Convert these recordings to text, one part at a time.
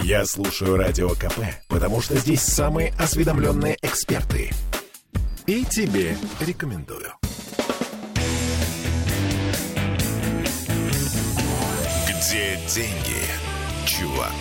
Я слушаю Радио КП, потому что здесь самые осведомленные эксперты. И тебе рекомендую. Где деньги, чувак?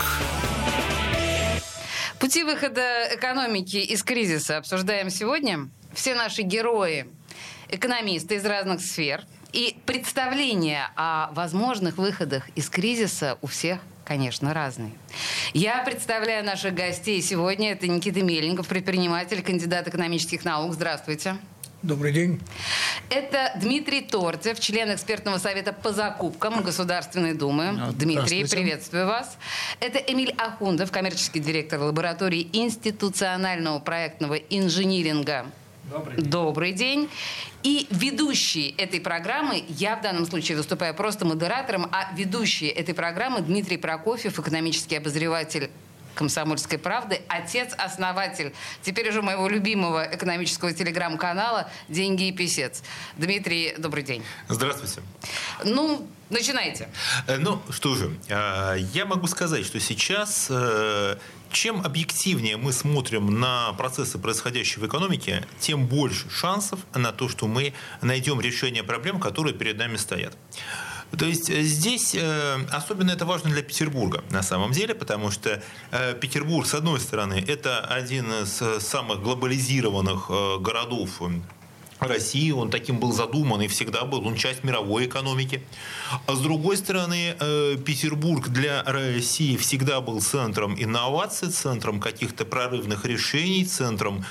Пути выхода экономики из кризиса обсуждаем сегодня. Все наши герои, экономисты из разных сфер. И представления о возможных выходах из кризиса у всех, конечно, разные. Я представляю наших гостей сегодня. Это Никита Мельников, предприниматель, кандидат экономических наук. Здравствуйте. Добрый день. Это Дмитрий Торцев, член экспертного совета по закупкам Государственной Думы. Дмитрий, приветствую вас. Это Эмиль Ахундов, коммерческий директор лаборатории институционального проектного инжиниринга. Добрый день. И ведущий этой программы, я в данном случае выступаю просто модератором, а ведущий этой программы Дмитрий Прокофьев, экономический обозреватель «Комсомольской правды», отец-основатель теперь уже моего любимого экономического телеграм-канала «Деньги и писец». Дмитрий, добрый день. Здравствуйте. Начинайте. Что же, я могу сказать, что сейчас, чем объективнее мы смотрим на процессы, происходящие в экономике, тем больше шансов на то, что мы найдем решение проблем, которые перед нами стоят. То есть здесь особенно это важно для Петербурга на самом деле, потому что Петербург, с одной стороны, это один из самых глобализированных городов России, он таким был задуман и всегда был, он часть мировой экономики. А с другой стороны, Петербург для России всегда был центром инноваций, центром каких-то прорывных решений, центром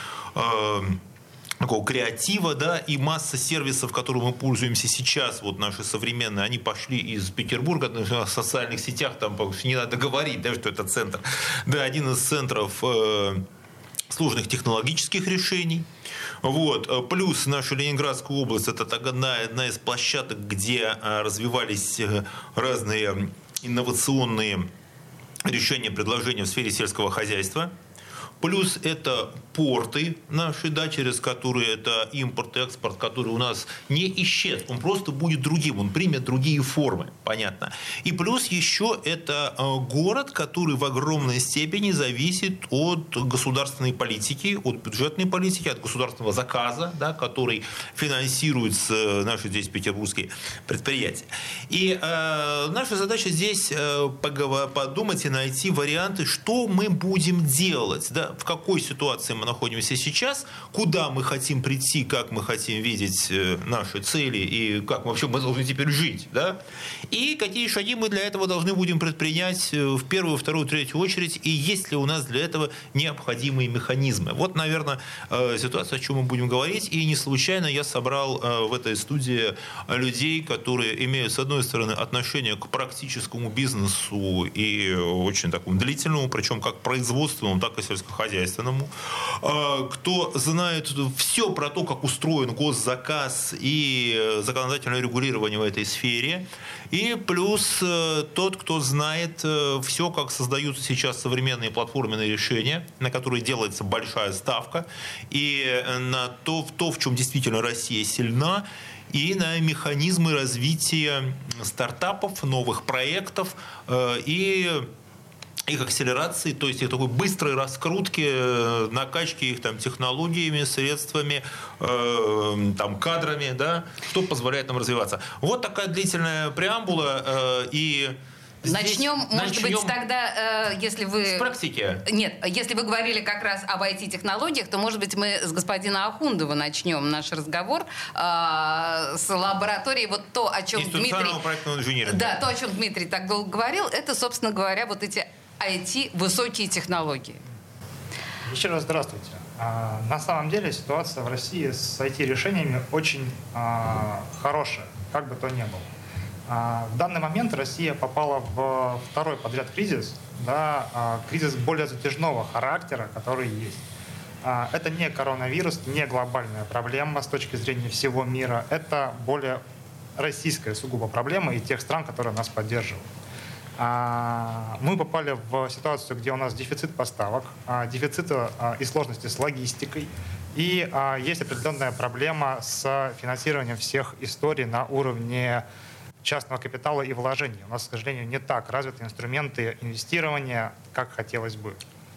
такого креатива, да, и масса сервисов, которыми мы пользуемся сейчас, вот наши современные, они пошли из Петербурга, в социальных сетях, там не надо говорить, да, что это центр, да, один из центров сложных технологических решений. Вот. Плюс наша Ленинградская область – это одна из площадок, где развивались разные инновационные решения, предложения в сфере сельского хозяйства. Плюс это порты наши, да, через которые это импорт и экспорт, который у нас не исчез. Он просто будет другим, он примет другие формы, понятно. И плюс еще это город, который в огромной степени зависит от государственной политики, от бюджетной политики, от государственного заказа, да, который финансируется наши здесь петербургские предприятия. И наша задача здесь подумать и найти варианты, что мы будем делать, да, в какой ситуации мы находимся сейчас, куда мы хотим прийти, как мы хотим видеть наши цели и как вообще мы должны теперь жить, да? И какие шаги мы для этого должны будем предпринять в первую, вторую, третью очередь, и есть ли у нас для этого необходимые механизмы. Вот, наверное, ситуация, о чем мы будем говорить, и не случайно я собрал в этой студии людей, которые имеют, с одной стороны, отношение к практическому бизнесу и очень такому длительному, причем как производственному, так и сельскохозяйственному, кто знает все про то, как устроен госзаказ и законодательное регулирование в этой сфере, и плюс тот, кто знает все, как создаются сейчас современные платформенные решения, на которые делается большая ставка, и на то, в чем действительно Россия сильна, и на механизмы развития стартапов, новых проектов и их акселерации, то есть их такой быстрой раскрутки, накачки их там технологиями, средствами, там, кадрами, да, что позволяет нам развиваться. Вот такая длительная преамбула. И Начнем, может быть, тогда, если вы... С практики. Нет, если вы говорили как раз об IT-технологиях, то, может быть, мы с господина Ахундова начнем наш разговор с лабораторией. Вот то, о чем Дмитрий... проектного инжиниринга. Да, то, о чем Дмитрий так долго говорил, это, собственно говоря, вот эти IT-высокие технологии. Еще раз здравствуйте. На самом деле ситуация в России с IT-решениями очень хорошая, как бы то ни было. В данный момент Россия попала в второй подряд кризис, да, кризис более затяжного характера, который есть. Это не коронавирус, не глобальная проблема с точки зрения всего мира, это более российская сугубо проблема и тех стран, которые нас поддерживают. Мы попали в ситуацию, где у нас дефицит поставок, дефицит и сложности с логистикой, и есть определенная проблема с финансированием всех историй на уровне частного капитала и вложений. У нас, к сожалению, не так развиты инструменты инвестирования, как хотелось бы.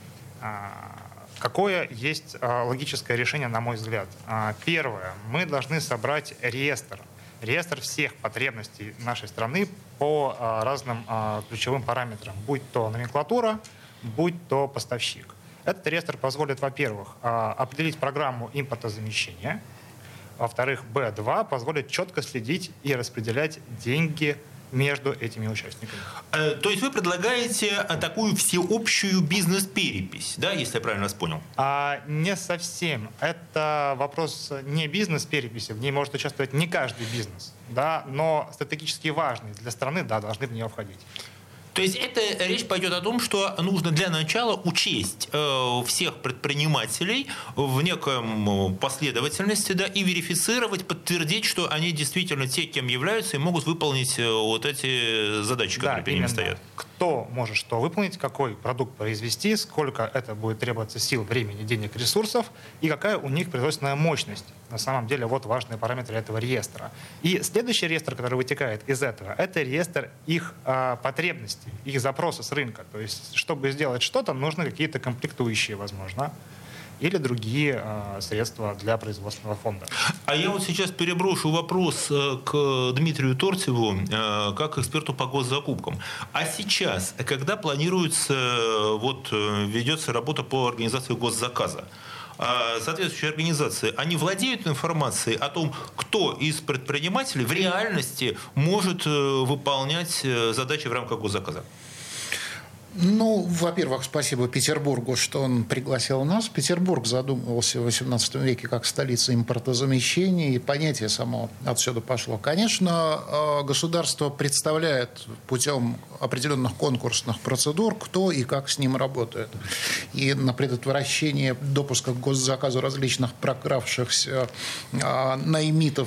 Какое есть логическое решение, на мой взгляд? Первое. Мы должны собрать реестр всех потребностей нашей страны по разным ключевым параметрам, будь то номенклатура, будь то поставщик. Этот реестр позволит, во-первых, определить программу импортозамещения, во-вторых, Б2 позволит четко следить и распределять деньги между этими участниками. То есть вы предлагаете такую всеобщую бизнес-перепись, да, если я правильно вас понял? Не совсем. Это вопрос не бизнес-переписи, в ней может участвовать не каждый бизнес, да, но стратегически важный для страны, да, должны в нее входить. То есть это речь пойдет о том, что нужно для начала учесть всех предпринимателей в неком последовательности, да, и верифицировать, подтвердить, что они действительно те, кем являются, и могут выполнить вот эти задачи, которые перед ними стоят. Кто может что выполнить, какой продукт произвести, сколько это будет требоваться сил, времени, денег, ресурсов, и какая у них производственная мощность. На самом деле, вот важные параметры этого реестра. И следующий реестр, который вытекает из этого, это реестр их потребностей, их запроса с рынка. То есть, чтобы сделать что-то, нужны какие-то комплектующие, возможно, или другие средства для производственного фонда. А я вот сейчас переброшу вопрос к Дмитрию Торцеву, как эксперту по госзакупкам. А сейчас, когда планируется, вот ведется работа по организации госзаказа, соответствующие организации, они владеют информацией о том, кто из предпринимателей в реальности может выполнять задачи в рамках госзаказа? Ну, во-первых, спасибо Петербургу, что он пригласил нас. Петербург задумывался в XVIII веке как столица импортозамещения, и понятие само отсюда пошло. Конечно, государство представляет путем определенных конкурсных процедур, кто и как с ним работает. И на предотвращение допуска к госзаказу различных прокравшихся наймитов,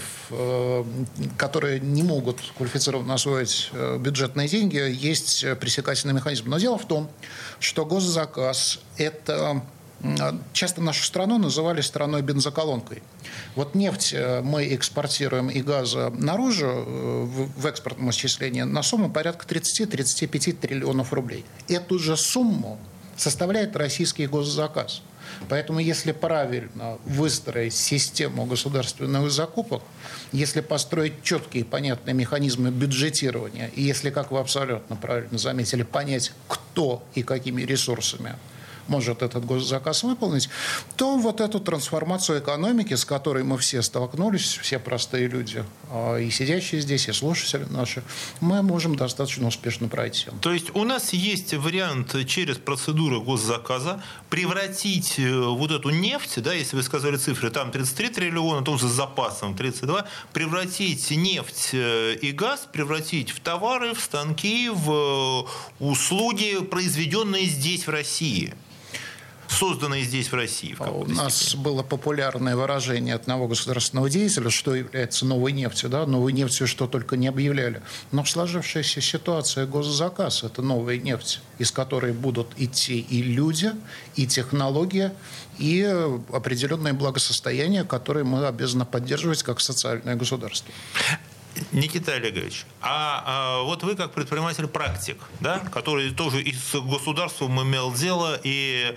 которые не могут квалифицированно освоить бюджетные деньги, есть пресекательный механизм. Но дело в том, что госзаказ – это… Часто нашу страну называли страной-бензоколонкой. Вот нефть мы экспортируем и газа наружу в экспортном исчислении на сумму порядка 30-35 триллионов рублей. Эту же сумму составляет российский госзаказ. Поэтому, если правильно выстроить систему государственных закупок, если построить четкие и понятные механизмы бюджетирования, и если, как вы абсолютно правильно заметили, понять, кто и какими ресурсами может этот госзаказ выполнить, то вот эту трансформацию экономики, с которой мы все столкнулись, все простые люди, и сидящие здесь, и слушатели наши, мы можем достаточно успешно пройти. То есть у нас есть вариант через процедуру госзаказа превратить вот эту нефть, да, если вы сказали цифры, там 33 триллиона, то с запасом 32, превратить нефть и газ, превратить в товары, в станки, в услуги, произведенные здесь, в России. Созданные здесь, в России. У нас было популярное выражение одного государственного деятеля, что является новой нефтью. Да? Новой нефтью что только не объявляли. Но в сложившейся ситуации госзаказ – это новая нефть, из которой будут идти и люди, и технология, и определенное благосостояние, которое мы обязаны поддерживать как социальное государство. Никита Олегович, вот вы как предприниматель-практик, да, который тоже и с государством имел дело и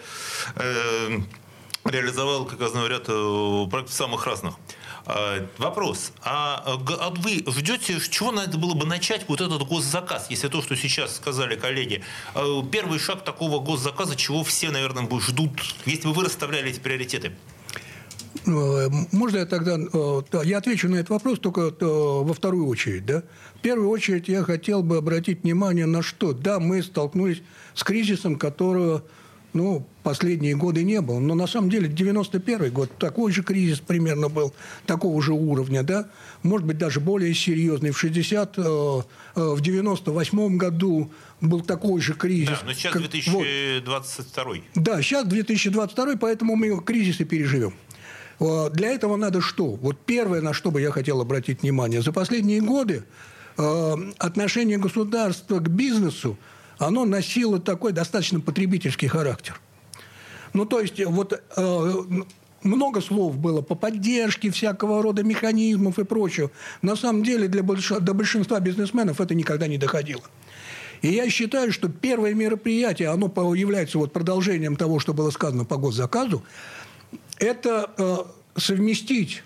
реализовал, как я знаю, ряд проектов самых разных. Вопрос, вы ждете, с чего надо было бы начать вот этот госзаказ, если то, что сейчас сказали коллеги, первый шаг такого госзаказа, чего все, наверное, ждут, если бы вы расставляли эти приоритеты? Можно я тогда... Я отвечу на этот вопрос только во вторую очередь. Да? В первую очередь я хотел бы обратить внимание на что. Да, мы столкнулись с кризисом, которого последние годы не было. Но на самом деле 91 год такой же кризис примерно был, такого же уровня. Да? Может быть, даже более серьезный. В 98 году был такой же кризис. Да, но сейчас 2022. Да, сейчас 2022, поэтому мы кризис и переживем. Для этого надо что? Вот первое, на что бы я хотел обратить внимание. За последние годы отношение государства к бизнесу, оно носило такой достаточно потребительский характер. То есть, вот много слов было по поддержке всякого рода механизмов и прочего. На самом деле до большинства бизнесменов это никогда не доходило. И я считаю, что первое мероприятие, оно является вот продолжением того, что было сказано по госзаказу, это совместить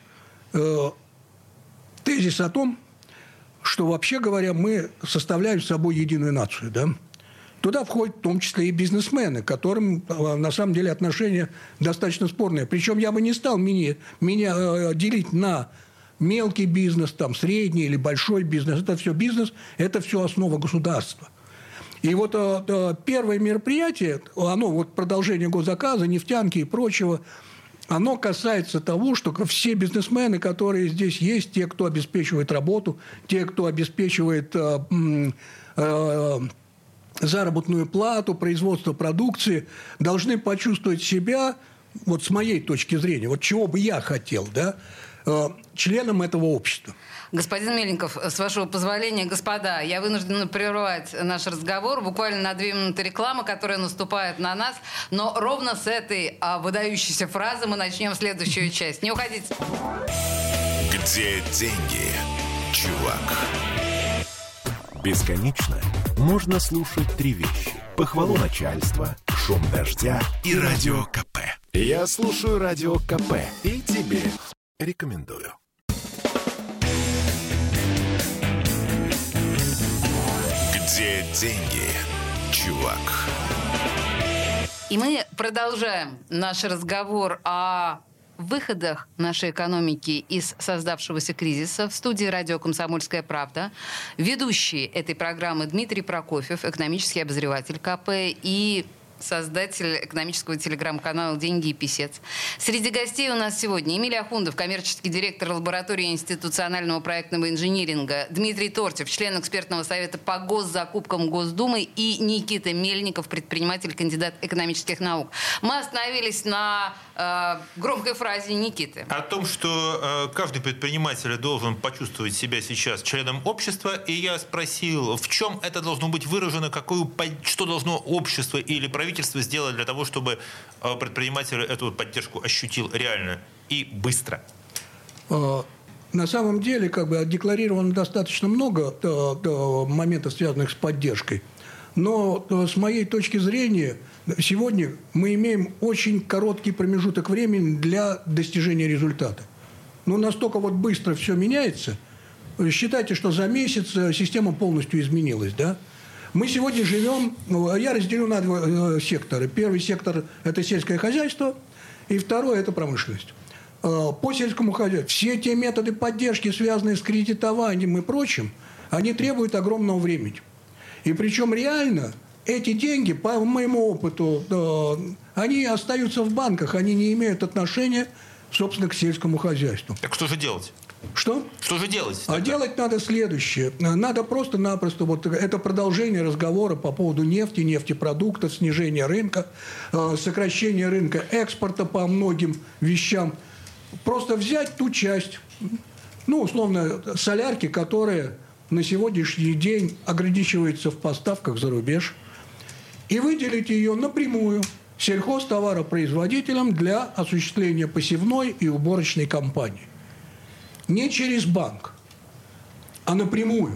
тезис о том, что, вообще говоря, мы составляем собой единую нацию, да? Туда входят в том числе и бизнесмены, к которым, на самом деле, отношения достаточно спорные. Причем я бы не стал меня делить на мелкий бизнес, там, средний или большой бизнес. Это все бизнес, это все основа государства. И вот первое мероприятие, оно вот продолжение госзаказа, нефтянки и прочего, оно касается того, что все бизнесмены, которые здесь есть, те, кто обеспечивает работу, те, кто обеспечивает заработную плату, производство продукции, должны почувствовать себя, вот с моей точки зрения, вот чего бы я хотел, да, членом этого общества. Господин Мельников, с вашего позволения, господа, я вынуждена прервать наш разговор. Буквально на 2 минуты рекламы, которая наступает на нас. Но ровно с этой выдающейся фразы мы начнем следующую часть. Не уходите. Где деньги, чувак? Бесконечно можно слушать 3 вещи. Похвалу начальства, шум дождя и радио КП. Я слушаю радио КП и тебе рекомендую. Где деньги, чувак? И мы продолжаем наш разговор о выходах нашей экономики из создавшегося кризиса. В студии радио «Комсомольская правда» ведущий этой программы Дмитрий Прокофьев, экономический обозреватель КП и создатель экономического телеграм-канала «Деньги и писец». Среди гостей у нас сегодня Эмиль Ахундов, коммерческий директор лаборатории институционального проектного инжиниринга, Дмитрий Тортьев, член экспертного совета по госзакупкам Госдумы, и Никита Мельников, предприниматель, кандидат экономических наук. Мы остановились на громкой фразе Никиты. О том, что каждый предприниматель должен почувствовать себя сейчас членом общества, и я спросил, в чем это должно быть выражено, что должно общество или правительство сделать для того, чтобы предприниматель эту поддержку ощутил реально и быстро. На самом деле, декларировано достаточно много моментов, связанных с поддержкой. Но с моей точки зрения, сегодня мы имеем очень короткий промежуток времени для достижения результата. Настолько быстро все меняется. Считайте, что за месяц система полностью изменилась, да? Мы сегодня живем, я разделю на 2 сектора. Первый сектор – это сельское хозяйство, и второй – это промышленность. По сельскому хозяйству все те методы поддержки, связанные с кредитованием и прочим, они требуют огромного времени. И причем реально эти деньги, по моему опыту, они остаются в банках, они не имеют отношения, собственно, к сельскому хозяйству. Так что же делать? Что? Что же делать? А делать надо следующее. Надо просто-напросто, это продолжение разговора по поводу нефти, нефтепродуктов, снижения рынка, сокращения рынка экспорта по многим вещам. Просто взять ту часть, условно, солярки, которая на сегодняшний день ограничивается в поставках за рубеж, и выделить ее напрямую сельхозтоваропроизводителям для осуществления посевной и уборочной кампании. Не через банк, а напрямую,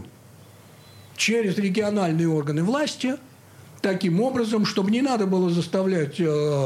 через региональные органы власти, таким образом, чтобы не надо было заставлять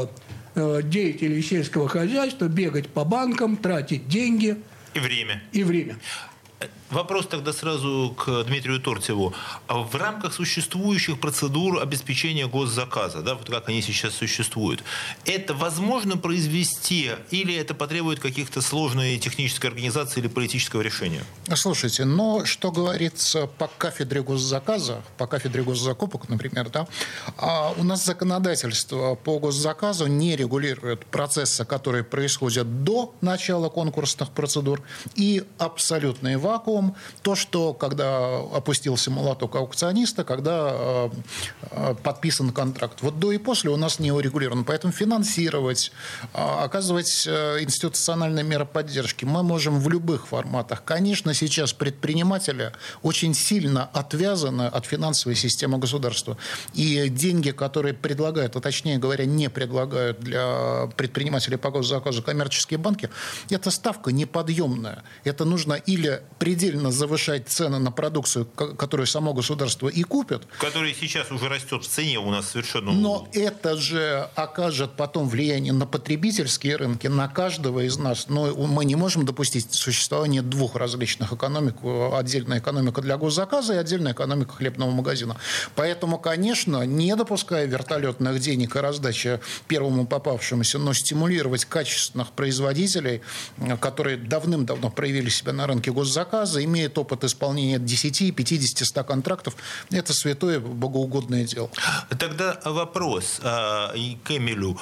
деятелей сельского хозяйства бегать по банкам, тратить деньги. И время. И время. Вопрос тогда сразу к Дмитрию Тортьеву. В рамках существующих процедур обеспечения госзаказа, да, вот как они сейчас существуют, это возможно произвести или это потребует каких-то сложной технической организации или политического решения? Слушайте, что говорится по кафедре госзаказа, по кафедре госзакупок, например, да, у нас законодательство по госзаказу не регулирует процессы, которые происходят до начала конкурсных процедур, и абсолютный вакуум Потом то, что когда опустился молоток аукциониста, когда подписан контракт. Вот до и после у нас не урегулировано. Поэтому финансировать, оказывать институциональные меры поддержки мы можем в любых форматах. Конечно, сейчас предприниматели очень сильно отвязаны от финансовой системы государства. И деньги, которые предлагают, а точнее говоря, не предлагают для предпринимателей по госзаказу коммерческие банки, эта ставка неподъемная. Это нужно или предельно завышать цены на продукцию, которую само государство и купит. Которая сейчас уже растет в цене у нас совершенно. Но это же окажет потом влияние на потребительские рынки, на каждого из нас. Но мы не можем допустить существование двух различных экономик. Отдельная экономика для госзаказа и отдельная экономика хлебного магазина. Поэтому, конечно, не допуская вертолетных денег и раздачи первому попавшемуся, но стимулировать качественных производителей, которые давным-давно проявили себя на рынке госзаказа, имеют опыт исполнения 10, 50, 100 контрактов, это святое богоугодное дело. Тогда вопрос к Эмилю.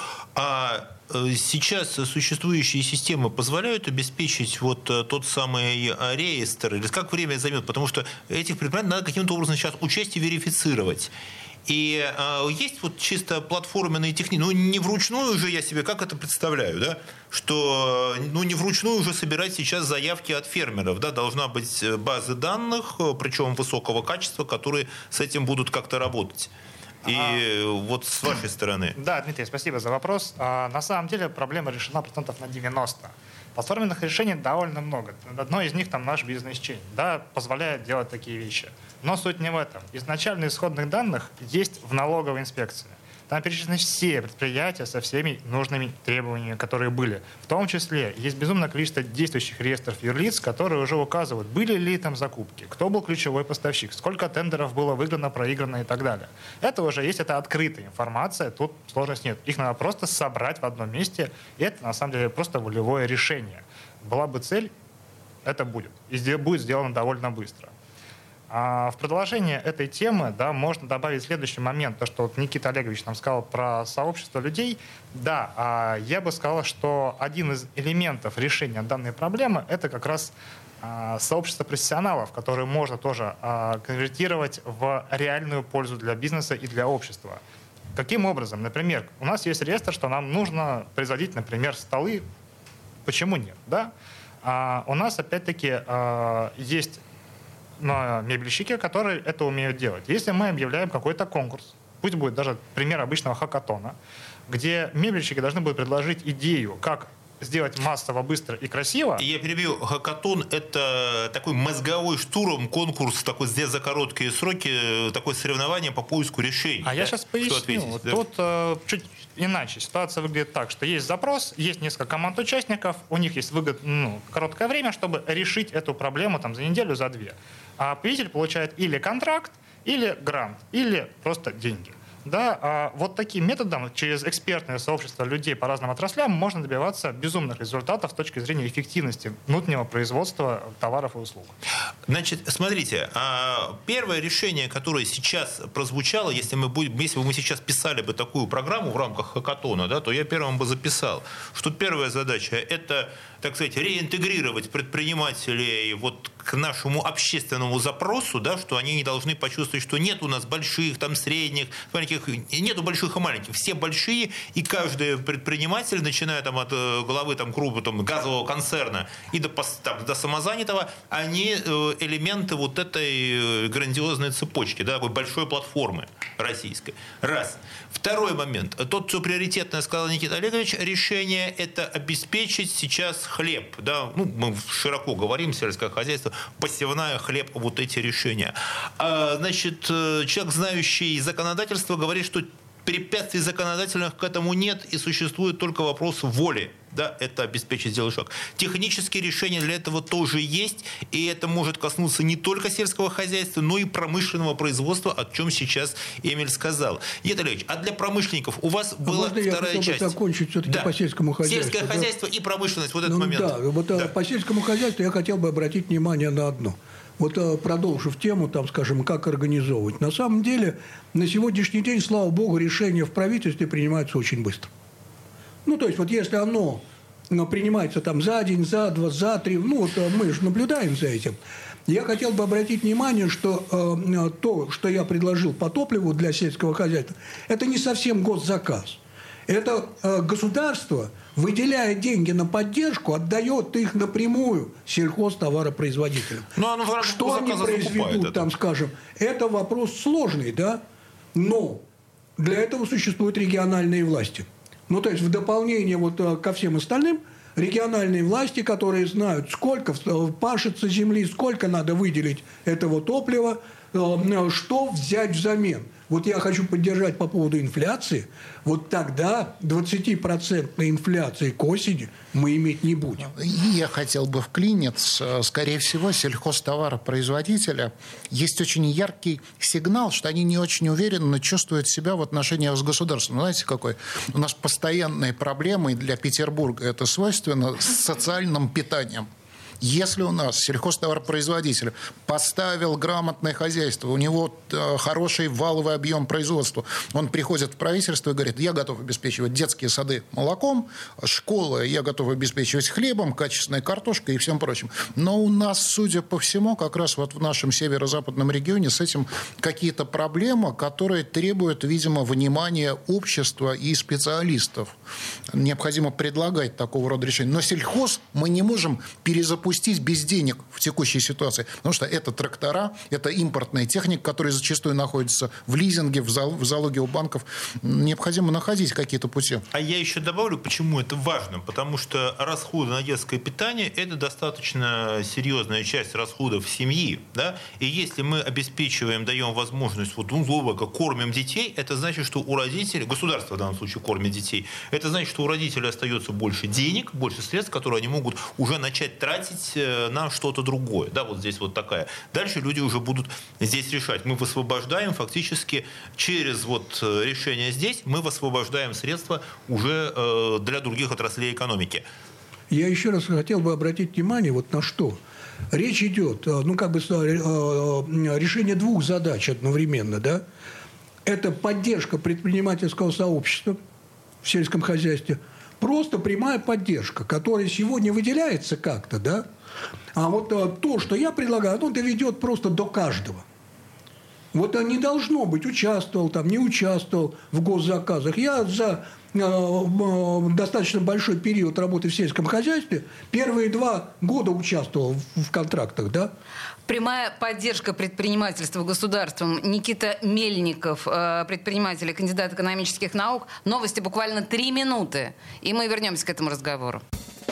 Сейчас существующие системы позволяют обеспечить вот тот самый реестр? Или как время займет? Потому что этих предприятий надо каким-то образом сейчас учесть и верифицировать. И есть вот чисто платформенные техники, ну не вручную уже я себе как это представляю, да, что ну не вручную уже собирать сейчас заявки от фермеров, да, должна быть база данных, причем высокого качества, которые с этим будут как-то работать. И вот с вашей стороны. Да, Дмитрий, спасибо за вопрос. На самом деле проблема решена процентов на 90%. Платформенных решений довольно много. Одно из них там наш бизнес-чейн, да, позволяет делать такие вещи. Но суть не в этом. Изначально исходных данных есть в налоговой инспекции. Там перечислены все предприятия со всеми нужными требованиями, которые были. В том числе есть безумное количество действующих реестров юрлиц, которые уже указывают, были ли там закупки, кто был ключевой поставщик, сколько тендеров было выиграно, проиграно и так далее. Это уже есть, это открытая информация, тут сложности нет. Их надо просто собрать в одном месте, и это на самом деле просто волевое решение. Была бы цель, это будет. И будет сделано довольно быстро. В продолжение этой темы, да, можно добавить следующий момент, то, что вот Никита Олегович нам сказал про сообщество людей. Да, я бы сказал, что один из элементов решения данной проблемы – это как раз сообщество профессионалов, которые можно тоже конвертировать в реальную пользу для бизнеса и для общества. Каким образом? Например, у нас есть реестр, что нам нужно производить, например, столы. Почему нет? Да? У нас, опять-таки, есть мебельщики, которые это умеют делать. Если мы объявляем какой-то конкурс, пусть будет даже пример обычного хакатона, где мебельщики должны будут предложить идею, как сделать массово, быстро и красиво. Я перебью. Хакатон – это такой мозговой штурм, конкурс такой за короткие сроки, такое соревнование по поиску решений. Я сейчас поясню. Тут чуть иначе. Ситуация выглядит так, что есть запрос, есть несколько команд участников, у них есть короткое время, чтобы решить эту проблему там, за неделю, за две. А победитель получает или контракт, или грант, или просто деньги. Да, вот таким методом, через экспертное сообщество людей по разным отраслям, можно добиваться безумных результатов с точки зрения эффективности внутреннего производства товаров и услуг. Значит, смотрите, первое решение, которое сейчас прозвучало, если бы мы сейчас писали бы такую программу в рамках хакатона, да, то я первым бы записал, что первая задача – это, так сказать, реинтегрировать предпринимателей вот к нашему общественному запросу, да, что они не должны почувствовать, что нет у нас больших, там, средних, маленьких, нету больших и маленьких, все большие, и каждый предприниматель, начиная там, от главы там, крупного там, газового концерна и до самозанятого, они элементы вот этой грандиозной цепочки, да, такой большой платформы российской. Раз. Второй момент. Тот, что приоритетное, сказал Никита Олегович, решение – это обеспечить сейчас хлеб. Да? Ну, мы широко говорим, сельское хозяйство, посевная, хлеб, вот эти решения. Значит, человек, знающий законодательство, говорит, что препятствий законодательных к этому нет, и существует только вопрос воли. Да, это обеспечить сделать шаг. Технические решения для этого тоже есть, и это может коснуться не только сельского хозяйства, но и промышленного производства, о чем сейчас Эмиль сказал. Никита Олегович, а для промышленников у вас была вторая часть? Я хотел бы закончить все-таки по сельскому хозяйству. Сельское хозяйство и промышленность, вот этот момент. Да, по сельскому хозяйству я хотел бы обратить внимание на одно. Вот продолжив тему, там, скажем, как организовывать. На самом деле, на сегодняшний день, слава богу, решения в правительстве принимаются очень быстро. Ну, то есть, вот если оно принимается там за день, за два, за три. Ну, вот мы же наблюдаем за этим. Я хотел бы обратить внимание, что то, что я предложил по топливу для сельского хозяйства, это не совсем госзаказ. Это государство, выделяя деньги на поддержку, отдает их напрямую сельхозтоваропроизводителям. Что они произведут, там, скажем, это вопрос сложный, да? Но для этого существуют региональные власти. Ну, то есть, в дополнение вот ко всем остальным, региональные власти, которые знают, сколько пашется земли, сколько надо выделить этого топлива, что взять взамен. Вот я хочу поддержать по поводу инфляции. Вот тогда 20% инфляции к осени мы иметь не будем. И я хотел бы вклиниться. Скорее всего, сельхозтоваропроизводителя есть очень яркий сигнал, что они не очень уверенно чувствуют себя в отношениях с государством. Знаете, какой? У нас постоянные проблемы, и для Петербурга это свойственно, с социальным питанием. Если у нас сельхозтоваропроизводитель поставил грамотное хозяйство, у него хороший валовый объем производства, он приходит в правительство и говорит: я готов обеспечивать детские сады молоком, школы я готов обеспечивать хлебом, качественной картошкой и всем прочим. Но у нас, судя по всему, как раз вот в нашем северо-западном регионе с этим какие-то проблемы, которые требуют, видимо, внимания общества и специалистов. Необходимо предлагать такого рода решения. Но сельхоз мы не можем перезапустить без денег в текущей ситуации, потому что это трактора, это импортная техника, которая зачастую находится в лизинге, в залоге у банков. Необходимо находить какие-то пути. А я еще добавлю, почему это важно. Потому что расходы на детское питание – это достаточно серьезная часть расходов семьи. Да? И если мы обеспечиваем, даем возможность, вот условно, как кормим детей, это значит, что у родителей, государство в данном случае кормит детей, это значит, что у родителей остается больше денег, больше средств, которые они могут уже начать тратить на что-то другое. Да, вот здесь вот такая. Дальше люди уже будут здесь решать. Мы высвобождаем фактически через вот решение здесь, мы высвобождаем средства уже для других отраслей экономики. Я еще раз хотел бы обратить внимание вот на что. Речь идет, ну, как бы решение двух задач одновременно, да? Это поддержка предпринимательского сообщества в сельском хозяйстве, просто прямая поддержка, которая сегодня выделяется как-то, да? А вот то, что я предлагаю, оно доведет просто до каждого. Вот не должно быть, участвовал там, не участвовал в госзаказах. Я за достаточно большой период работы в сельском хозяйстве первые 2 года участвовал в контрактах, да? Прямая поддержка предпринимательства государством. Никита Мельников, предприниматель, кандидат экономических наук. Новости буквально 3 минуты. И мы вернемся к этому разговору.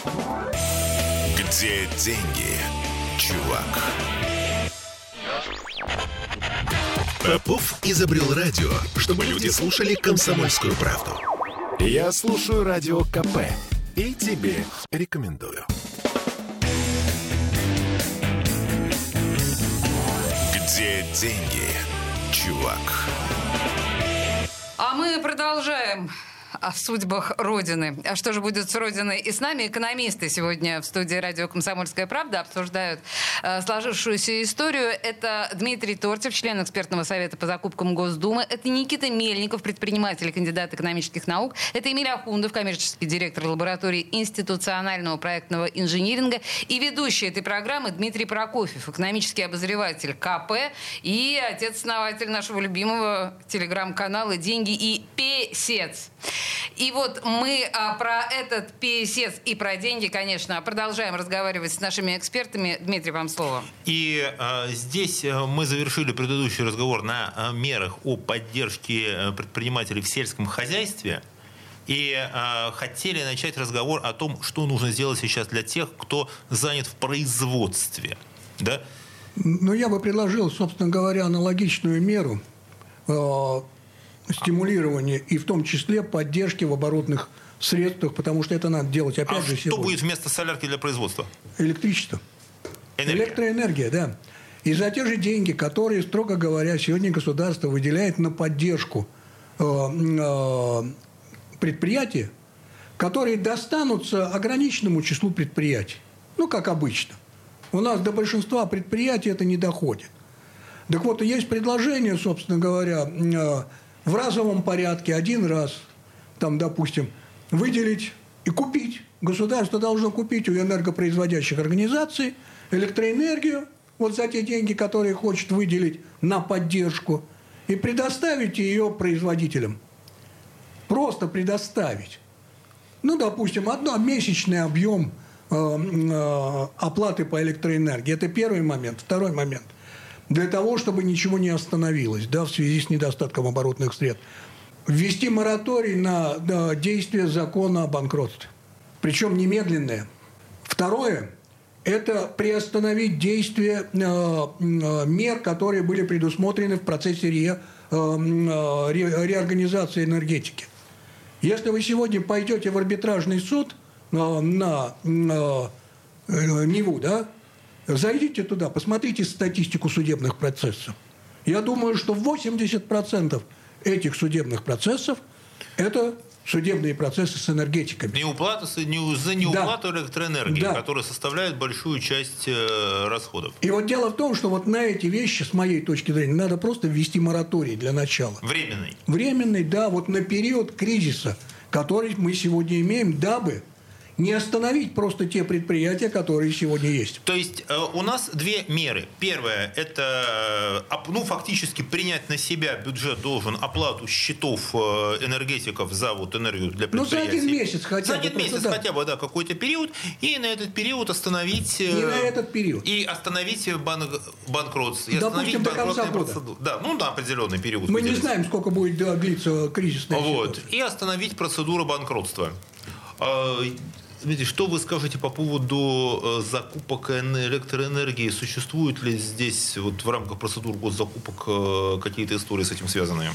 Где деньги, чувак? Попов изобрел радио, чтобы люди слушали «Комсомольскую правду». Я слушаю радио КП и тебе рекомендую. Где деньги, чувак? А мы продолжаем о судьбах Родины. А что же будет с Родиной и с нами? Экономисты сегодня в студии радио «Комсомольская правда» обсуждают сложившуюся историю. Это Дмитрий Торцев, член экспертного совета по закупкам Госдумы. Это Никита Мельников, предприниматель, кандидат экономических наук. Это Эмиль Ахундов, коммерческий директор лаборатории институционального проектного инжиниринга. И ведущий этой программы Дмитрий Прокофьев, экономический обозреватель КП и отец-основатель нашего любимого телеграм-канала «Деньги и песец». И вот мы про этот песец и про деньги, конечно, продолжаем разговаривать с нашими экспертами. Дмитрий, вам слово. И здесь мы завершили предыдущий разговор на мерах о поддержке предпринимателей в сельском хозяйстве. И хотели начать разговор о том, что нужно сделать сейчас для тех, кто занят в производстве. Да? Ну, я бы предложил, собственно говоря, аналогичную меру стимулирования и в том числе поддержки в оборотных средствах, потому что это надо делать опять же сегодня. Что будет вместо солярки для производства? Электричество. Энергия. Электроэнергия, да. И за те же деньги, которые, строго говоря, сегодня государство выделяет на поддержку предприятий, которые достанутся ограниченному числу предприятий. Ну, как обычно. У нас до большинства предприятий это не доходит. Так вот, есть предложение, собственно говоря, в разовом порядке один раз, там, допустим, выделить и купить. Государство должно купить у энергопроизводящих организаций электроэнергию, вот за те деньги, которые хочет выделить на поддержку, и предоставить ее производителям. Просто предоставить. Ну, допустим, месячный объем оплаты по электроэнергии. Это первый момент. Второй момент. Для того, чтобы ничего не остановилось, да, в связи с недостатком оборотных средств. Ввести мораторий на действие закона о банкротстве. Причем немедленное. Второе – это приостановить действие мер, которые были предусмотрены в процессе реорганизации энергетики. Если вы сегодня пойдете в арбитражный суд на Неву, да, зайдите туда, посмотрите статистику судебных процессов. Я думаю, что 80% этих судебных процессов – это судебные процессы с энергетиками. За неуплату электроэнергии, которая составляет большую часть расходов. И вот дело в том, что вот на эти вещи, с моей точки зрения, надо просто ввести мораторий для начала. Временный. Временный, да, вот на период кризиса, который мы сегодня имеем, дабы не остановить просто те предприятия, которые сегодня есть. То есть у нас две меры. Первое – это фактически принять на себя, бюджет должен оплату счетов энергетиков за вот энергию для предприятий. За один месяц хотя бы. За один месяц хотя бы, какой-то период. И на этот период остановить... И остановить банкротство. Допустим, до конца года. Да, на определенный период. Мы не знаем, сколько будет длиться кризисная ситуация. И остановить процедуру банкротства. Смотрите, что вы скажете по поводу закупок электроэнергии? Существуют ли здесь вот в рамках процедур госзакупок какие-то истории с этим связанные?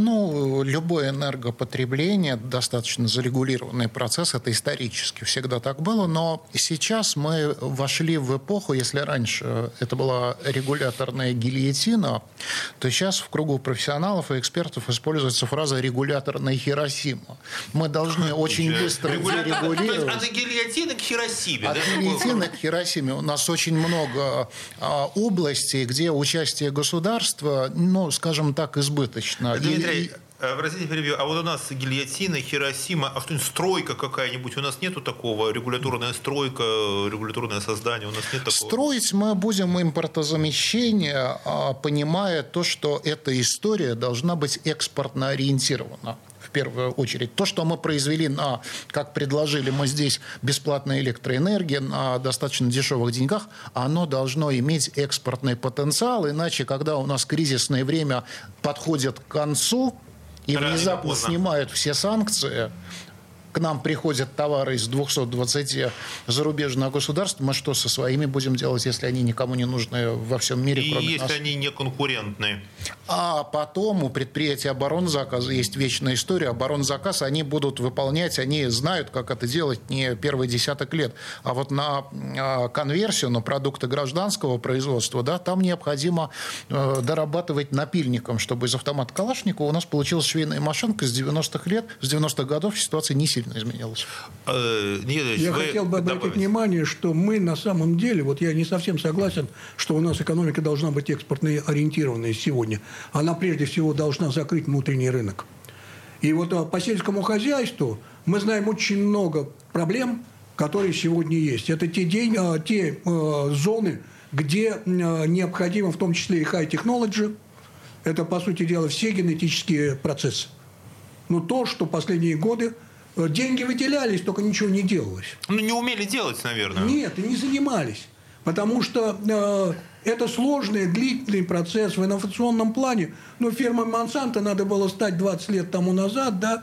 Любое энергопотребление – достаточно зарегулированный процесс. Это исторически всегда так было. Но сейчас мы вошли в эпоху, если раньше это была регуляторная гильотина, то сейчас в кругу профессионалов и экспертов используется фраза «регуляторная Хиросима». Мы должны очень быстро дерегулировать. Гильотины к Хиросиме. От гильотины к Хиросиме. У нас очень много областей, где участие государства, скажем так, избыточно. Дмитрий, простите, перебью. А вот у нас гильотина, Хиросима, а что-нибудь стройка какая-нибудь? У нас нету такого? Регуляторная стройка, регуляторное создание, у нас нет такого? Строить мы будем импортозамещение, понимая то, что эта история должна быть экспортно ориентирована. В первую очередь. То, что мы произвели как предложили мы здесь, бесплатная электроэнергия на достаточно дешевых деньгах, оно должно иметь экспортный потенциал, иначе, когда у нас кризисное время подходит к концу и внезапно снимают все санкции, к нам приходят товары из 220 зарубежных государств, мы что со своими будем делать, если они никому не нужны во всем мире, кроме нас? И если они не конкурентны? А потом у предприятия оборонзаказа есть вечная история. Оборонзаказ они будут выполнять, они знают, как это делать не первый десяток лет. А вот на конверсию, на продукты гражданского производства, да, там необходимо дорабатывать напильником, чтобы из автомата Калашникова у нас получилась швейная машинка с 90-х лет, с 90-х годов ситуация не сильно изменилась. Я хотел бы обратить внимание, что мы на самом деле, вот я не совсем согласен, что у нас экономика должна быть экспортно ориентированной сегодня. Она прежде всего должна закрыть внутренний рынок. И вот по сельскому хозяйству мы знаем очень много проблем, которые сегодня есть. Это те зоны, где необходимо в том числе и high technology. Это, по сути дела, все генетические процессы. То, что последние годы деньги выделялись, только ничего не делалось. Не умели делать, наверное. Нет, и не занимались. Потому что это сложный, длительный процесс в инновационном плане. Фирме Монсанто надо было стать 20 лет тому назад, да,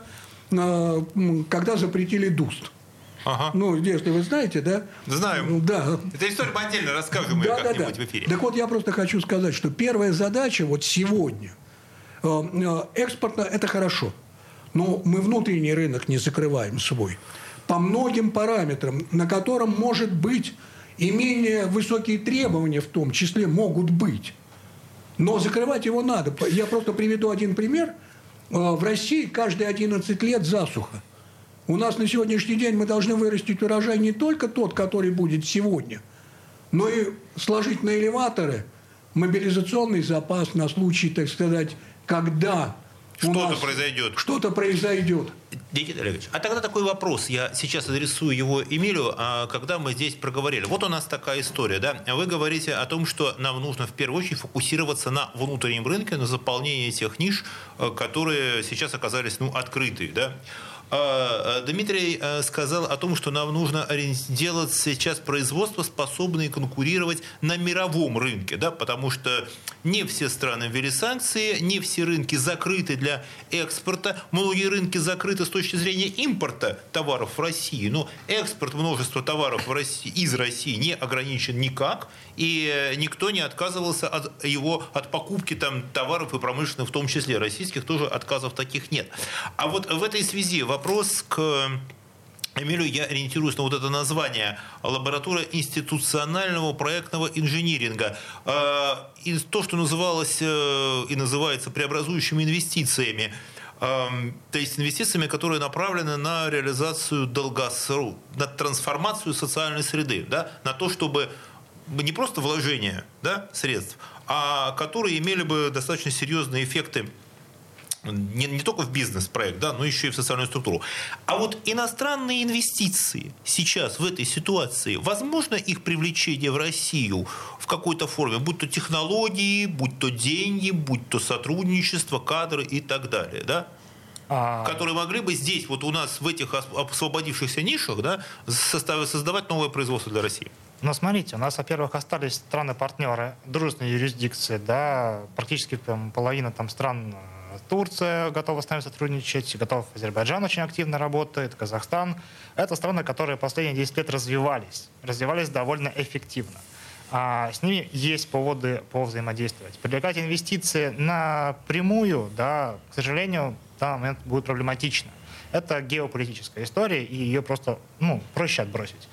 когда запретили ДУСТ. Ага. Если вы знаете, да? Знаем. Да. Это история мы отдельно расскажем ее как-нибудь в эфире. Так вот, я просто хочу сказать, что первая задача вот сегодня экспортно – это хорошо. Но мы внутренний рынок не закрываем свой. По многим параметрам, на котором, может быть, и менее высокие требования в том числе могут быть. Но закрывать его надо. Я просто приведу один пример. В России каждые 11 лет засуха. У нас на сегодняшний день мы должны вырастить урожай не только тот, который будет сегодня, но и сложить на элеваторы мобилизационный запас на случай, так сказать, когда что-то произойдет. Что-то произойдет. Никита Олегович, а тогда такой вопрос. Я сейчас адресую его Эмилю, когда мы здесь проговорили. Вот у нас такая история, да? Вы говорите о том, что нам нужно в первую очередь фокусироваться на внутреннем рынке, на заполнении тех ниш, которые сейчас оказались открыты, да? Дмитрий сказал о том, что нам нужно делать сейчас производство, способное конкурировать на мировом рынке, да, потому что не все страны ввели санкции, не все рынки закрыты для экспорта, многие рынки закрыты с точки зрения импорта товаров в России, но экспорт множества товаров из России не ограничен никак, и никто не отказывался от покупки там товаров и промышленных, в том числе российских, тоже отказов таких нет. А вот в этой связи вопрос к Эмилю, я ориентируюсь на вот это название «Лаборатория институционального проектного инжиниринга». И то, что называлось и называется преобразующими инвестициями. То есть инвестициями, которые направлены на реализацию на трансформацию социальной среды, да, на то, чтобы не просто вложение, да, средств, а которые имели бы достаточно серьезные эффекты не только в бизнес-проект, да, но еще и в социальную структуру. А вот иностранные инвестиции сейчас в этой ситуации, возможно их привлечение в Россию в какой-то форме, будь то технологии, будь то деньги, будь то сотрудничество, кадры и так далее, да? Которые могли бы здесь, вот у нас в этих освободившихся нишах, да, создавать новое производство для России. Но смотрите, у нас, во-первых, остались страны-партнеры, дружественные юрисдикции, да, практически половина там стран. Турция готова с нами сотрудничать, готов Азербайджан очень активно работает, Казахстан. Это страны, которые последние 10 лет развивались довольно эффективно. С ними есть поводы повзаимодействовать. Привлекать инвестиции напрямую, да, к сожалению, в данный момент будет проблематично. Это геополитическая история, и ее просто проще отбросить.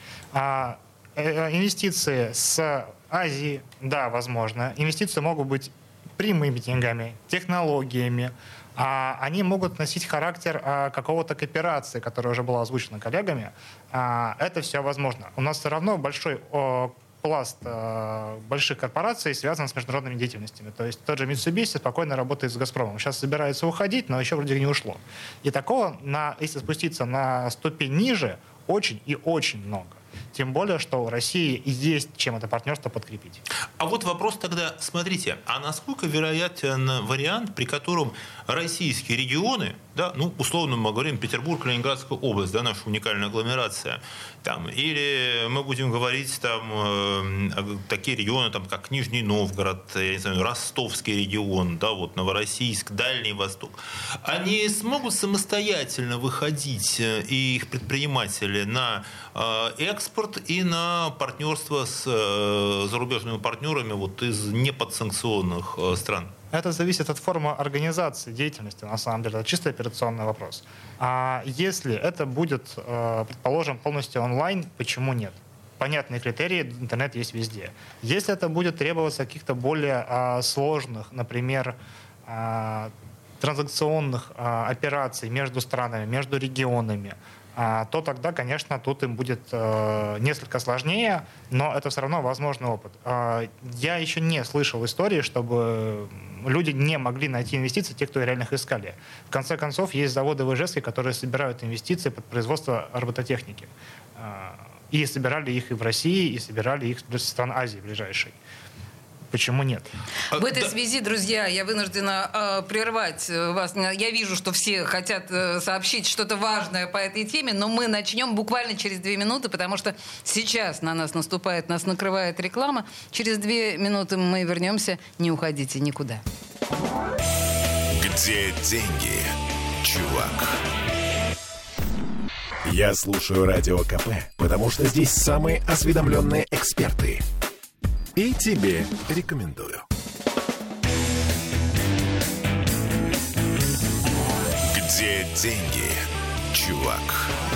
Инвестиции с Азии, да, возможно. Инвестиции могут быть прямыми деньгами, технологиями. Они могут носить характер какого-то кооперации, которая уже была озвучена коллегами. Это все возможно. У нас все равно большой пласт больших корпораций связан с международными деятельностями. То есть тот же Mitsubishi спокойно работает с «Газпромом». Сейчас собирается уходить, но еще вроде не ушло. И такого, если спуститься на ступень ниже, очень и очень много. Тем более, что у России есть чем это партнерство подкрепить. А вот вопрос тогда, смотрите, а насколько вероятен вариант, при котором российские регионы, да, условно мы говорим Петербург, Ленинградская область, да, наша уникальная агломерация, там, или мы будем говорить там такие регионы, там, как Нижний Новгород, я не знаю, Ростовский регион, да, вот Новороссийск, Дальний Восток, они смогут самостоятельно выходить, и их предприниматели, на экспорт и на партнерство с зарубежными партнерами вот из неподсанкционных стран? Это зависит от формы организации деятельности, на самом деле. Это чисто операционный вопрос. А если это будет, предположим, полностью онлайн, почему нет? Понятные критерии, интернет есть везде. Если это будет требоваться каких-то более сложных, например, транзакционных операций между странами, между регионами, то тогда, конечно, тут им будет несколько сложнее, но это все равно возможный опыт. Я еще не слышал истории, чтобы люди не могли найти инвестиции, те, кто реально их искали. В конце концов, есть заводы в Ижевске, которые собирают инвестиции под производство робототехники. И собирали их и в России, и собирали их из стран Азии ближайшей. Почему нет? В этой связи, друзья, я вынуждена прервать вас. Я вижу, что все хотят сообщить что-то важное по этой теме, но мы начнем буквально через 2 минуты, потому что сейчас на нас нас накрывает реклама. Через 2 минуты мы вернемся. Не уходите никуда. Где деньги, чувак? Я слушаю Радио КП, потому что здесь самые осведомленные эксперты. И тебе рекомендую. Где деньги, чувак?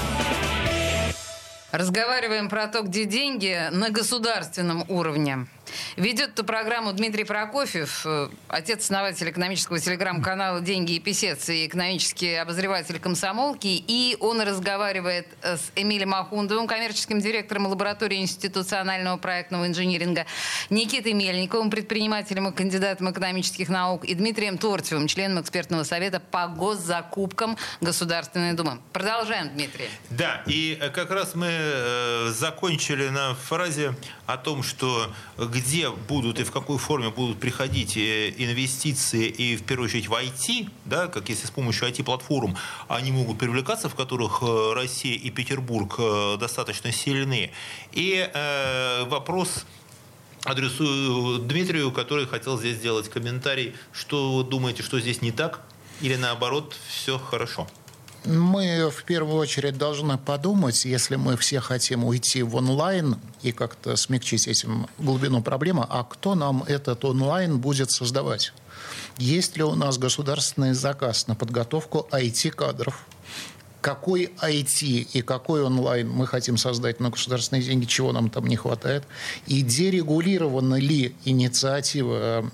Разговариваем про то, где деньги на государственном уровне. Ведет эту программу Дмитрий Прокофьев, отец-основатель экономического телеграм-канала «Деньги и писец» и экономический обозреватель «Комсомолки». И он разговаривает с Эмилем Ахундовым, коммерческим директором лаборатории институционального проектного инжиниринга, Никитой Мельниковым, предпринимателем и кандидатом экономических наук, и Дмитрием Тортьевым, членом экспертного совета по госзакупкам Государственной Думы. Продолжаем, Дмитрий. Да, и как раз мы закончили на фразе о том, что где будут и в какой форме будут приходить инвестиции, и в первую очередь в IT, да, как если с помощью IT-платформ они могут привлекаться, в которых Россия и Петербург достаточно сильны. И вопрос адресую Дмитрию, который хотел здесь сделать комментарий. Что вы думаете, что здесь не так? Или наоборот, все хорошо? Мы в первую очередь должны подумать, если мы все хотим уйти в онлайн и как-то смягчить этим глубину проблемы, а кто нам этот онлайн будет создавать? Есть ли у нас государственный заказ на подготовку IT-кадров? Какой IT и какой онлайн мы хотим создать на государственные деньги, чего нам там не хватает? И дерегулирована ли инициатива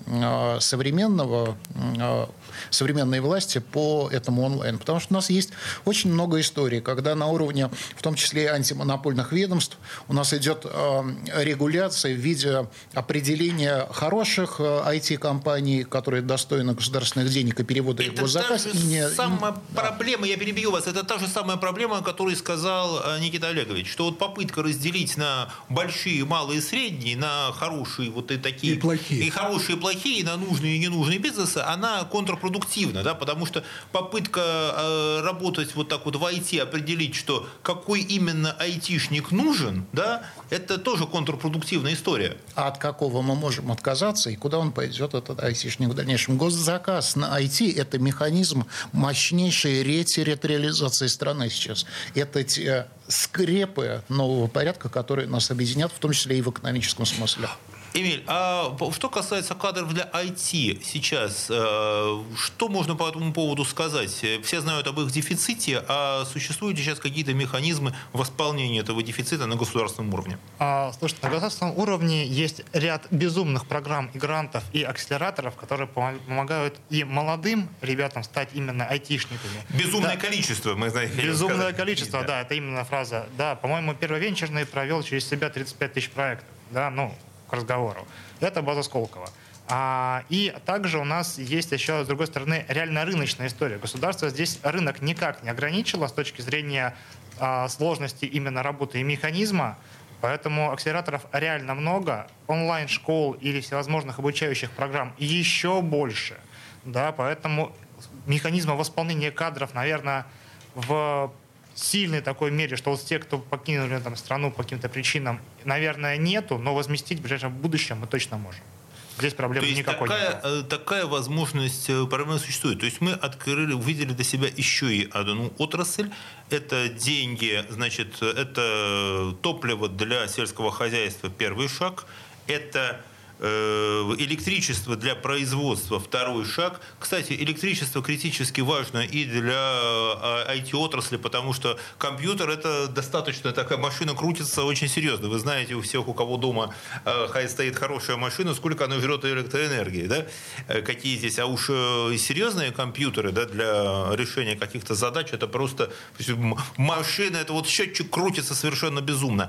современной власти по этому онлайн? Потому что у нас есть очень много историй, когда на уровне, в том числе и антимонопольных ведомств, у нас идет регуляция в виде определения хороших IT-компаний, которые достойны государственных денег и перевода их в госзаказ. Самая проблема, я перебью вас, это та же самая проблема, о которой сказал Никита Олегович, что вот попытка разделить на большие, малые, средние, на хорошие вот и такие, и плохие, и хорошие, и плохие, на нужные и ненужные бизнесы, она контрпродуктивна, да, потому что попытка работать вот так вот в IT, определить, что какой именно айтишник нужен, да, это тоже контрпродуктивная история. А от какого мы можем отказаться и куда он пойдет, этот айтишник в дальнейшем? Госзаказ на IT – это механизм мощнейшей ретерриториализации страны сейчас. Это те скрепы нового порядка, которые нас объединят, в том числе и в экономическом смысле. Эмиль, а что касается кадров для IT сейчас, что можно по этому поводу сказать? Все знают об их дефиците, а существуют сейчас какие-то механизмы восполнения этого дефицита на государственном уровне? Слушайте, на государственном уровне есть ряд безумных программ и грантов и акселераторов, которые помогают и молодым ребятам стать именно айтишниками. Безумное количество, мы знаем. Безумное количество, да, это именно фраза. Да, по-моему, первый венчурный провел через себя 35 тысяч проектов. Да, к разговору. Это база Сколково. И также у нас есть еще, с другой стороны, реально рыночная история. Государство здесь рынок никак не ограничило с точки зрения сложности именно работы и механизма, поэтому акселераторов реально много, онлайн-школ или всевозможных обучающих программ еще больше. Да, поэтому механизма восполнения кадров, наверное, в сильной такой мере, что вот те, кто покинули там страну по каким-то причинам, наверное, нету, но возместить в ближайшем будущем мы точно можем. Здесь проблем никакой нет. Такая возможность проблемы существует. То есть мы увидели для себя еще и одну отрасль. Это деньги, значит, это топливо для сельского хозяйства, первый шаг. Это электричество для производства, второй шаг. Кстати, электричество критически важно и для IT-отрасли, потому что компьютер — это достаточно такая машина, крутится очень серьезно. Вы знаете, у всех, у кого дома стоит хорошая машина, сколько она жрет электроэнергии, да? Какие здесь, а уж серьезные компьютеры, да, для решения каких-то задач, это просто машина, это вот счетчик крутится совершенно безумно.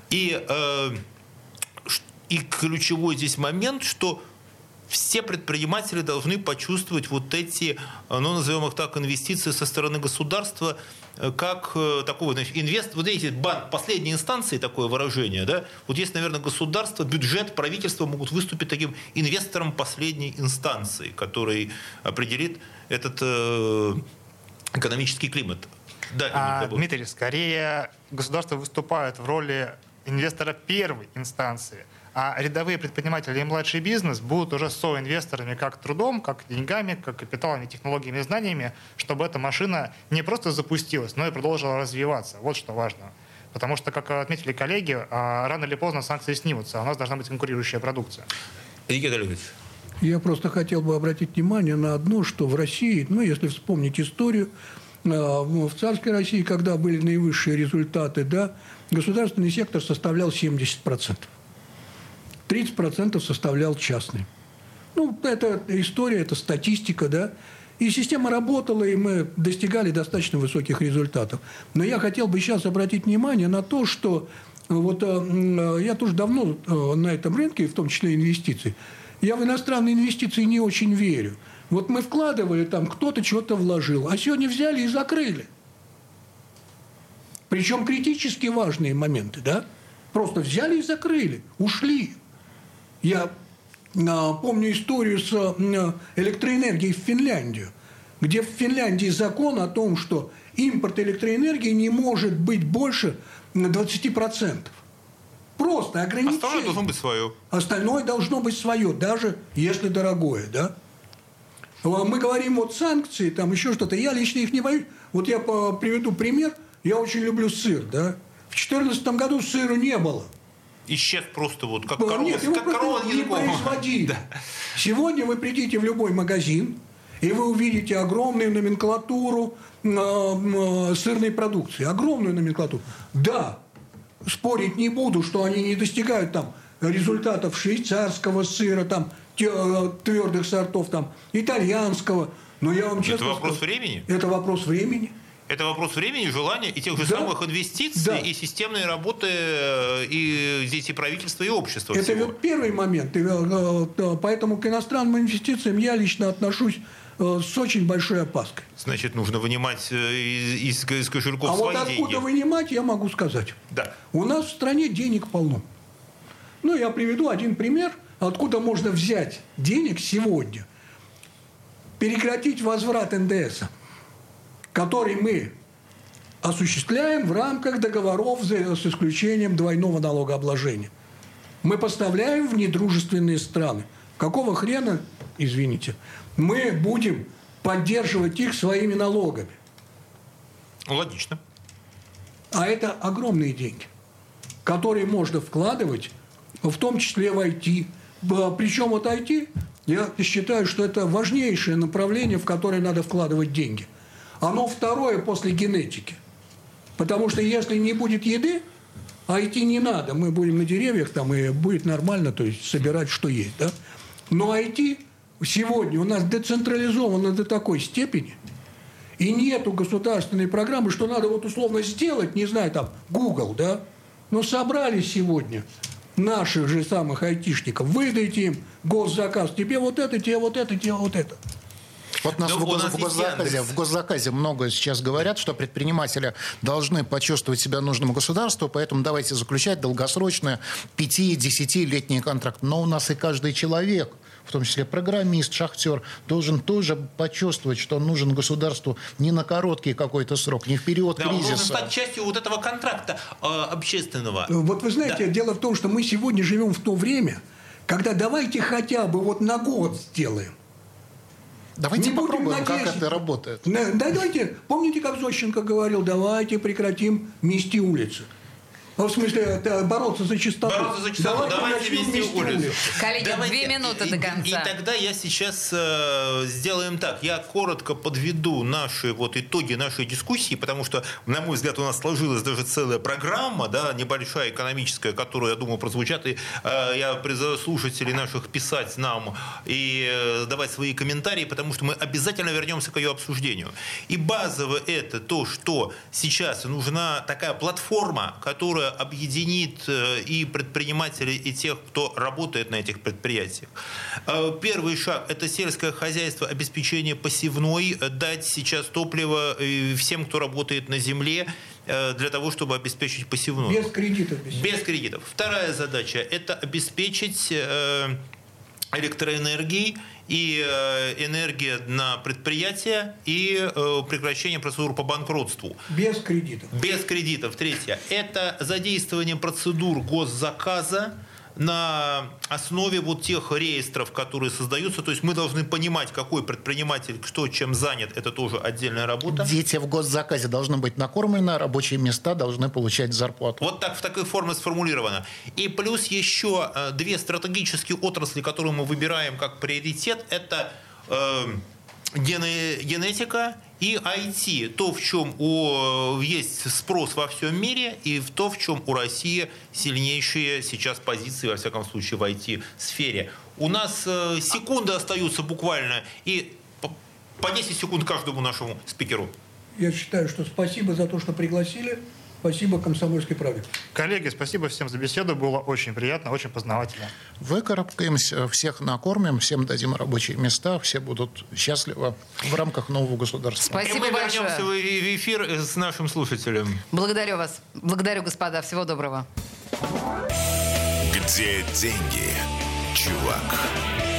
И ключевой здесь момент, что все предприниматели должны почувствовать вот эти, назовем их так, инвестиции со стороны государства, как такого, значит, вот эти банк последней инстанции, такое выражение, да, вот здесь, наверное, государство, бюджет, правительство могут выступить таким инвестором последней инстанции, который определит этот экономический климат. Да, Дмитрий, скорее государство выступает в роли инвестора первой инстанции, а рядовые предприниматели и младший бизнес будут уже соинвесторами как трудом, как деньгами, как капиталами, технологиями и знаниями, чтобы эта машина не просто запустилась, но и продолжила развиваться. Вот что важно. Потому что, как отметили коллеги, рано или поздно санкции снимутся, а у нас должна быть конкурирующая продукция. Никита Олегович. Я просто хотел бы обратить внимание на одно, что в России, если вспомнить историю, в царской России, когда были наивысшие результаты, да, государственный сектор составлял 70%. 30% составлял частный. Ну, это история, это статистика, да. И система работала, и мы достигали достаточно высоких результатов. Но я хотел бы сейчас обратить внимание на то, что вот я тоже давно на этом рынке, в том числе инвестиций, я в иностранные инвестиции не очень верю. Вот мы вкладывали, там кто-то что-то вложил, а сегодня взяли и закрыли. Причем критически важные моменты, да? Просто взяли и закрыли, ушли. Я помню историю с электроэнергией в Финляндию, где в Финляндии закон о том, что импорт электроэнергии не может быть больше 20%. Просто ограничение. Остальное должно быть свое. Остальное должно быть свое, даже если дорогое, да? Мы говорим вот санкции, там еще что-то. Я лично их не боюсь. Вот я приведу пример. Я очень люблю сыр, да? В 2014 году сыра не было. Исчез просто вот как корова. Нет, его как корова не производили. Да. Сегодня вы придите в любой магазин, и вы увидите огромную номенклатуру сырной продукции. Огромную номенклатуру. Да, спорить не буду, что они не достигают там результатов швейцарского сыра, там, твердых сортов, там, итальянского. Но я вам честно скажу. Это вопрос скажу, времени? Это вопрос времени. Это вопрос времени, желания и тех же самых инвестиций, да. И системной работы и здесь и правительства, и общества. Это вот первый момент. Поэтому к иностранным инвестициям я лично отношусь с очень большой опаской. Значит, нужно вынимать из кошельков свои деньги. А вот откуда вынимать, я могу сказать. Да. У нас в стране денег полно. Ну, я приведу один пример, откуда можно взять денег сегодня. Прекратить возврат НДС, который мы осуществляем в рамках договоров с исключением двойного налогообложения. Мы поставляем в недружественные страны. Какого хрена, извините, мы будем поддерживать их своими налогами? Логично. А это огромные деньги, которые можно вкладывать, в том числе в IT. Причем вот IT, я считаю, что это важнейшее направление, в которое надо вкладывать деньги. Оно второе после генетики. Потому что если не будет еды, а идти не надо, мы будем на деревьях, там, и будет нормально, то есть собирать, что есть. Да? Но IT сегодня у нас децентрализовано до такой степени, и нету государственной программы, что надо вот условно сделать, не знаю, там, Google, да? Но собрали сегодня наших же самых айтишников, выдайте им госзаказ, тебе вот это, тебе вот это, тебе вот это. Вот нас в госзаказе много сейчас говорят, что предприниматели должны почувствовать себя нужным государству, поэтому давайте заключать долгосрочные 5-10-летние контракты. Но у нас и каждый человек, в том числе программист, шахтер, должен тоже почувствовать, что он нужен государству не на короткий какой-то срок, не в период кризиса. Он должен стать частью вот этого контракта общественного. Вот вы знаете, дело в том, что мы сегодня живем в то время, когда давайте хотя бы вот на год сделаем. Давайте попробуем, как это работает. Давайте, помните, как Зощенко говорил, давайте прекратим мести улицы. В смысле, бороться за чистоту. Бороться за чистоту. Давайте мести улицу. Коллеги, 2 минуты до конца. И тогда я сейчас сделаем так. Я коротко подведу наши вот итоги нашей дискуссии, потому что, на мой взгляд, у нас сложилась даже целая программа, да, небольшая экономическая, которую, я думаю, прозвучат. И я призываю слушателей наших писать нам и давать свои комментарии, потому что мы обязательно вернемся к ее обсуждению. И базово это то, что сейчас нужна такая платформа, которая объединит и предпринимателей, и тех, кто работает на этих предприятиях. Первый шаг – это сельское хозяйство, обеспечение посевной, дать сейчас топливо всем, кто работает на земле, для того, чтобы обеспечить посевную. Без кредитов. Без кредитов. Вторая задача – это обеспечить электроэнергией и энергия на предприятия и прекращение процедур по банкротству. Без кредитов. Без кредитов. Третье. Это задействование процедур госзаказа на основе вот тех реестров, которые создаются. То есть мы должны понимать, какой предприниматель, кто чем занят. Это тоже отдельная работа. Дети в госзаказе должны быть накормлены, рабочие места должны получать зарплату. Вот так в такой форме сформулировано. И плюс еще 2 стратегические отрасли, которые мы выбираем как приоритет. Это генетика и IT, то, в чем есть спрос во всем мире, и в то, в чем у России сильнейшие сейчас позиции, во всяком случае, в IT-сфере. У нас секунды остаются буквально, и по 10 секунд каждому нашему спикеру. Я считаю, что спасибо за то, что пригласили. Спасибо «Комсомольской правде». Коллеги, спасибо всем за беседу. Было очень приятно, очень познавательно. Выкарабкаемся, всех накормим, всем дадим рабочие места, все будут счастливы в рамках нового государства. Спасибо большое. Вернемся в эфир с нашим слушателем. Благодарю вас. Благодарю, господа. Всего доброго. Где деньги, чувак?